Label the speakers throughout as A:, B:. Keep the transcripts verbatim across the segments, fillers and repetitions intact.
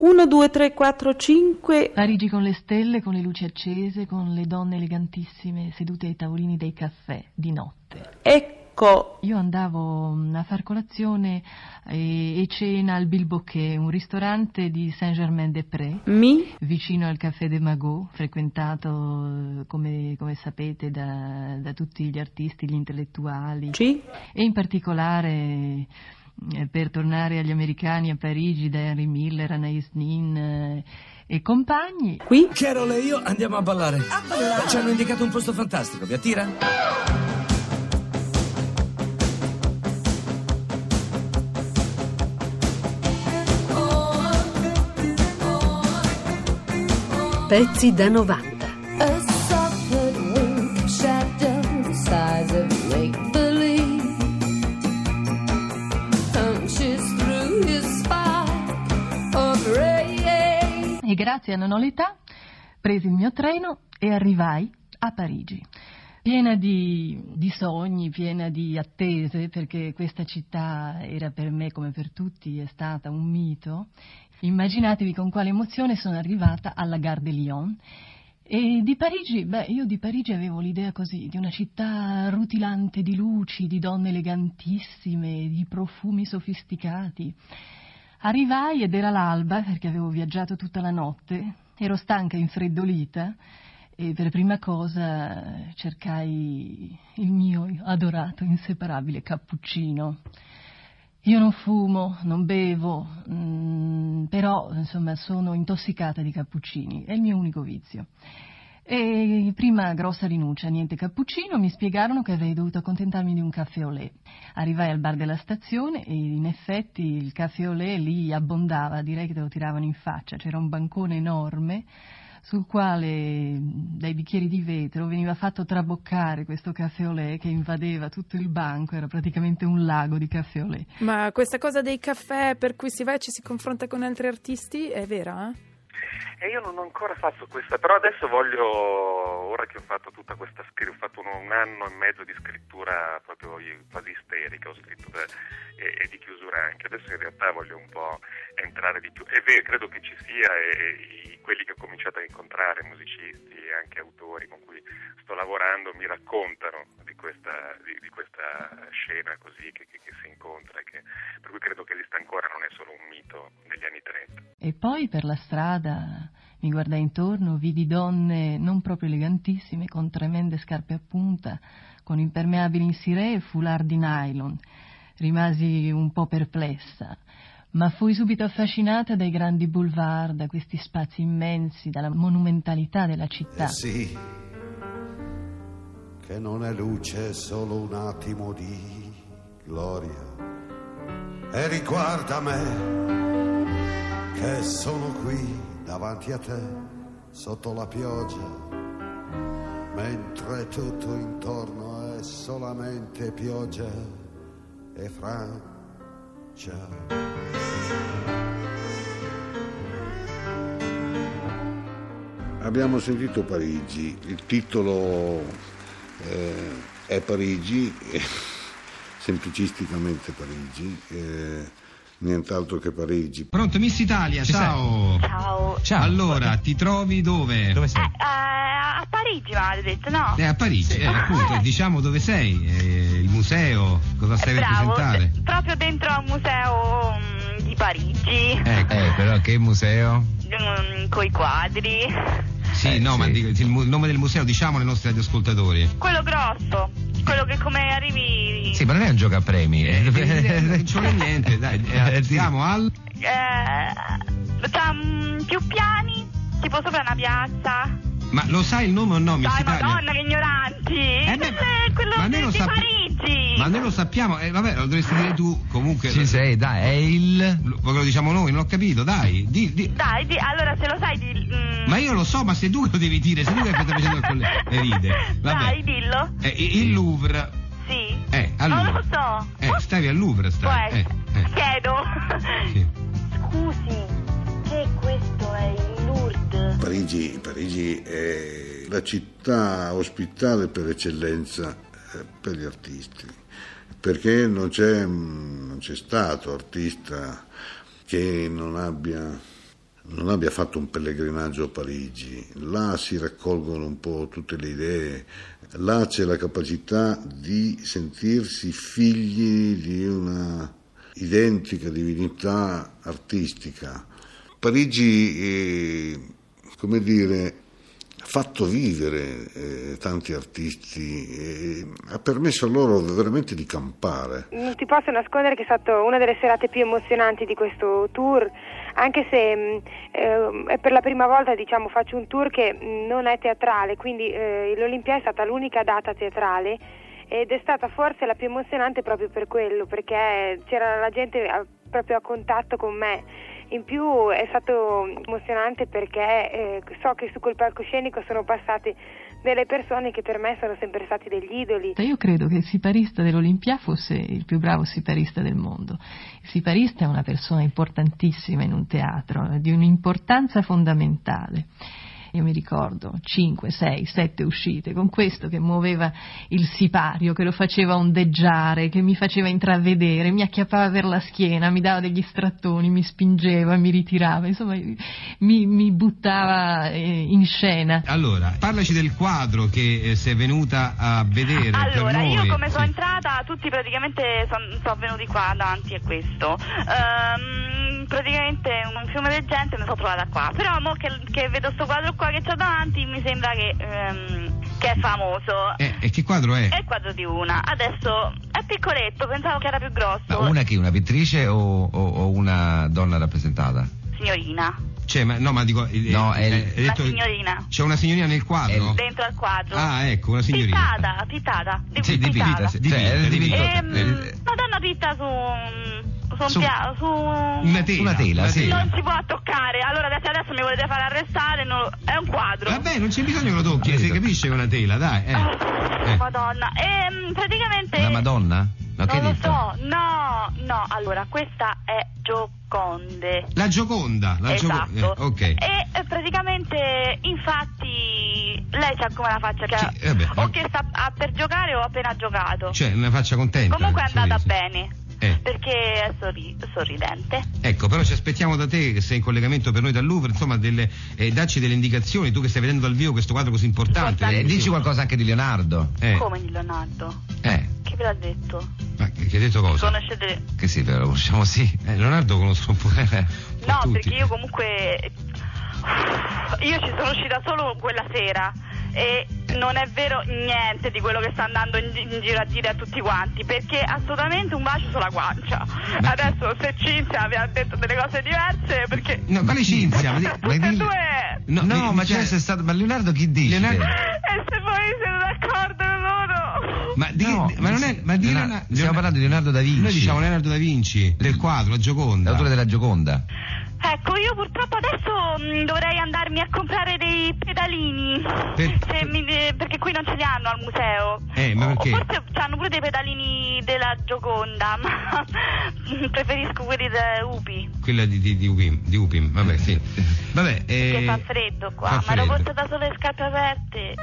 A: uno, due, tre, quattro, cinque.
B: Parigi con le stelle, con le luci accese, con le donne elegantissime sedute ai tavolini dei caffè, di notte.
A: Ecco.
B: Io andavo a far colazione e, e cena al Bilboquet, un ristorante di Saint-Germain-des-Prés,
A: Mi?
B: vicino al Café de Magot, frequentato, come, come sapete, da, da tutti gli artisti, gli intellettuali.
A: Sì.
B: E in particolare... per tornare agli americani a Parigi, da Henry Miller, Anais Nin eh, e compagni.
A: Qui?
C: Carol e io andiamo a ballare.
D: A ballare?
C: Ci hanno indicato un posto fantastico, vi attira?
E: Pezzi da novanta.
B: E grazie a Non ho l'età presi il mio treno e arrivai a Parigi, piena di, di sogni, piena di attese, perché questa città era per me, come per tutti, è stata un mito. Immaginatevi con quale emozione sono arrivata alla Gare de Lyon. E di Parigi, beh, io di Parigi avevo l'idea così, di una città rutilante di luci, di donne elegantissime, di profumi sofisticati. Arrivai ed era l'alba, perché avevo viaggiato tutta la notte, ero stanca, infreddolita, e per prima cosa cercai il mio adorato, inseparabile cappuccino. Io non fumo, non bevo, mh, però insomma sono intossicata di cappuccini, è il mio unico vizio. E prima grossa rinuncia, niente cappuccino, mi spiegarono che avrei dovuto accontentarmi di un caffè au lait. Arrivai al bar della stazione e in effetti il caffè au lait lì abbondava, direi che te lo tiravano in faccia, c'era un bancone enorme sul quale dai bicchieri di vetro veniva fatto traboccare questo caffè au lait che invadeva tutto il banco, era praticamente un lago di caffè au lait.
A: Ma questa cosa dei caffè per cui si va e ci si confronta con altri artisti è vera? Eh?
F: E io non ho ancora fatto questa, però adesso voglio, ora che ho fatto tutta questa scrittura, ho fatto uno, un anno e mezzo di scrittura proprio quasi isterica, ho scritto da, e, e di chiusura anche, adesso in realtà voglio un po' entrare di più, e vero, credo che ci sia, e, e quelli che ho cominciato a incontrare, musicisti e anche autori con cui sto lavorando, mi raccontano di questa, di, di questa scena così che, che, che si incontra, che, per cui credo che esista ancora, non è solo un mito degli anni trenta.
B: E poi per la strada mi guardai intorno, vidi donne non proprio elegantissime, con tremende scarpe a punta, con impermeabili in ciré e foulard di nylon. Rimasi un po' perplessa, ma fui subito affascinata dai grandi boulevard, da questi spazi immensi, dalla monumentalità della città.
G: Eh sì, che non è luce solo un attimo di gloria. E riguarda me, che sono qui davanti a te, sotto la pioggia, mentre tutto intorno è solamente pioggia e Francia.
H: Abbiamo sentito Parigi, il titolo eh, è Parigi, eh, semplicisticamente Parigi, eh, nient'altro che Parigi.
I: Pronto, Miss Italia,
J: Ci
I: ciao.
J: Ciao.
I: Ciao. Allora, ti trovi dove?
J: Dove sei?
K: Eh, eh, a Parigi mi avete detto, no?
I: Eh, a Parigi, eh, appunto, diciamo dove sei, eh, il museo, cosa stai a
K: Bravo,
I: presentare?
K: d- proprio dentro al museo mh, di Parigi.
I: Ecco.
J: Eh, però che museo?
K: Mm, coi quadri.
I: Sì,
J: Eh,
I: no,
J: sì.
I: ma dico, il, mu- il nome del museo, diciamo ai nostri radioascoltatori.
K: Quello grosso, quello che come arrivi...
J: Sì, ma non è un gioco a premi.
I: Eh, eh, non ci vuole niente, dai, eh, siamo al...
K: Eh, c'ha mm, più piani, tipo sopra una piazza.
I: Ma lo sai il nome o no, Miss
K: Dai,
I: Italia?
K: madonna, che ignoranti!
I: Eh, beh,
K: Quello è quello
I: ma noi
K: di,
I: lo
K: di
I: sappi-
K: Parigi!
I: Ma noi lo sappiamo, eh, vabbè, lo dovresti dire tu, comunque...
J: Ci sei, dai, è il...
I: Lo, lo diciamo noi, non ho capito, dai, di, di...
K: Dai, di, allora se lo sai di... mm,
I: Ma io lo so, ma sei tu che lo devi dire, sei tu che stai facendo il collega. E ride. Vabbè.
K: Dai, dillo.
I: Eh, il Louvre.
K: Sì.
I: Eh, al
K: Non
I: Louvre.
K: lo so.
I: Eh, stavi al Louvre,
K: Può
I: stai.
K: essere.
I: Eh, eh.
K: Chiedo.
I: Sì.
K: Scusi, che questo è il Lourdes?
H: Parigi, Parigi è la città ospitale per eccellenza eh, per gli artisti, perché non c'è, non c'è stato artista che non abbia non abbia fatto un pellegrinaggio a Parigi. Là si raccolgono un po' tutte le idee, là c'è la capacità di sentirsi figli di una identica divinità artistica. Parigi, eh, come dire, ha fatto vivere eh, tanti artisti, eh, ha permesso a loro veramente di campare.
D: Non ti posso nascondere che è stata una delle serate più emozionanti di questo tour, anche se eh, per la prima volta, diciamo, faccio un tour che non è teatrale, quindi eh, l'Olympia è stata l'unica data teatrale ed è stata forse la più emozionante proprio per quello, perché c'era la gente a, proprio a contatto con me. In più è stato emozionante perché eh, so che su quel palcoscenico sono passate delle persone che per me sono sempre stati degli idoli.
B: Io credo che il siparista dell'Olympia fosse il più bravo siparista del mondo. Il siparista è una persona importantissima in un teatro, di un'importanza fondamentale. Io mi ricordo cinque, sei, sette uscite con questo che muoveva il sipario, che lo faceva ondeggiare, che mi faceva intravedere, mi acchiappava per la schiena, mi dava degli strattoni, mi spingeva, mi ritirava, insomma mi, mi buttava in scena.
I: Allora, parlaci del quadro che sei venuta a vedere.
K: Allora,
I: per noi.
K: io come sono
I: sì.
K: entrata, tutti praticamente sono son venuti qua davanti a questo. Um, praticamente un fiume di gente mi sono trovata qua. Però mo che, che vedo sto quadro qua che c'ho davanti, mi sembra che, um, che è famoso.
I: Eh, e che quadro è?
K: È il quadro di una. Adesso è piccoletto, pensavo che era più grosso.
J: Ma una chi? Una pittrice o, o, o una donna rappresentata?
K: Signorina.
I: Cioè, ma, no, ma dico... Eh,
J: no, è
I: eh,
K: una
I: detto,
K: signorina.
I: C'è una signorina nel quadro?
K: Dentro al quadro.
I: Ah, ecco, una signorina.
K: Pittata, pittata. Di,
J: sì, dipinta. Sì,
K: pittata.
J: cioè, dipinto.
K: Ehm, una donna pitta su... Su, un
J: Su-
K: pia- su
I: Una tela.
J: Una tela, sì.
K: non si può toccare. Allora adesso, adesso mi volete fare arrestare, non- è un quadro.
I: Vabbè, non c'è bisogno che lo tocchi, si capisce che è una tela, dai. Eh.
K: Oh,
I: Eh.
K: Madonna. Ehm, praticamente
J: Una Madonna? No, che
K: non
J: hai
K: lo
J: detto?
K: so. No, no. Allora, questa è Gioconde.
I: La Gioconda. La
K: Esatto.
I: Gioco- eh, ok.
K: E eh, praticamente, infatti, lei sa come la faccia che ha,
I: Sì, vabbè,
K: o
I: ma-
K: che sta ha per giocare o ha appena giocato.
I: Cioè, una faccia contenta.
K: Comunque è
I: si
K: andata
I: dice.
K: bene.
I: Eh.
K: Perché è sorri- sorridente.
I: Ecco, però ci aspettiamo da te, che sei in collegamento per noi dal Louvre, insomma, delle, eh, dacci delle indicazioni, tu che stai vedendo dal vivo questo quadro così importante.
J: Eh, dici qualcosa anche di Leonardo.
I: Eh.
K: Come di Leonardo?
J: Eh,
K: Chi ve l'ha detto?
I: Ma che che hai detto cosa?
K: Conoscete?
J: che sì, però lo conosciamo sì.
I: Eh, Leonardo conosco un po'. un po'
K: No,
I: tutti.
K: perché io comunque io ci sono uscita solo quella sera e non è vero niente di quello che sta andando in, in giro a dire a tutti quanti, perché assolutamente un bacio sulla guancia.
I: Ma-
K: Adesso se Cinzia vi ha detto delle cose diverse, perché
I: No, quale Cinzia? Ma di-
K: tutte e
J: dillo-
K: due.
J: No,
I: di-
J: ma
I: cioè-
J: c'è stato. Ma Leonardo chi dice?
I: Leonardo-
K: E se voi siete d'accordo loro?
I: Ma, di-
J: No,
I: ma non è. Ma di
J: Leonardo-
I: Leonardo-
J: stiamo parlando di Leonardo da Vinci.
I: Noi diciamo Leonardo da Vinci, del quadro, la Gioconda.
J: L'autore della Gioconda.
K: Ecco, io purtroppo adesso mh, dovrei andarmi a comprare dei pedalini.
I: Per-
K: Se mi- eh, perché qui non ce li hanno al museo.
I: Eh, ma
K: O-
I: perché?
K: Forse hanno pure dei pedalini della Gioconda, ma preferisco quelli da Upi.
I: Quella di, di, di Upim, di Upim, vabbè, sì. Vabbè,
K: Che
I: eh,
K: fa freddo qua,
I: fa
K: ma ero
I: freddo.
K: portata solo le scarpe aperte.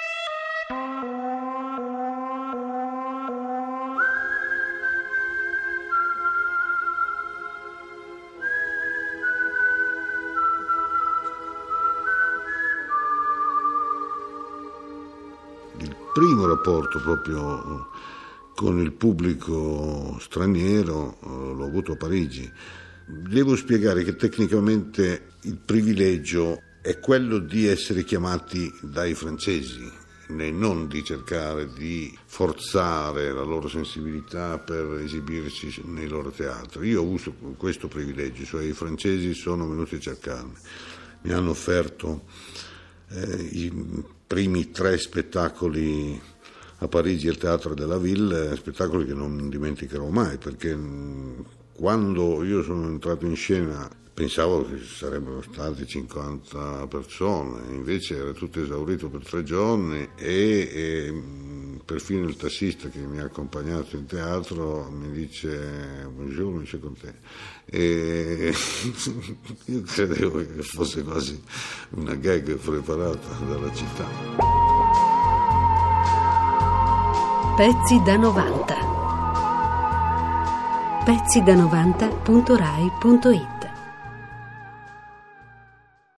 H: Il primo rapporto proprio con il pubblico straniero eh, l'ho avuto a Parigi. Devo spiegare che tecnicamente il privilegio è quello di essere chiamati dai francesi e non di cercare di forzare la loro sensibilità per esibirsi nei loro teatri. Io ho avuto questo privilegio, cioè i francesi sono venuti a cercarmi, mi hanno offerto eh, i primi tre spettacoli a Parigi al Teatro della Ville, spettacoli che non dimenticherò mai, perché mh, quando io sono entrato in scena pensavo che ci sarebbero state cinquanta persone, invece era tutto esaurito per tre giorni e, e mh, perfino il tassista che mi ha accompagnato in teatro mi dice buongiorno, c'è con te. E io credevo che fosse quasi una gag preparata dalla città.
E: Pezzi da novanta. pezzi da novanta punto rai punto it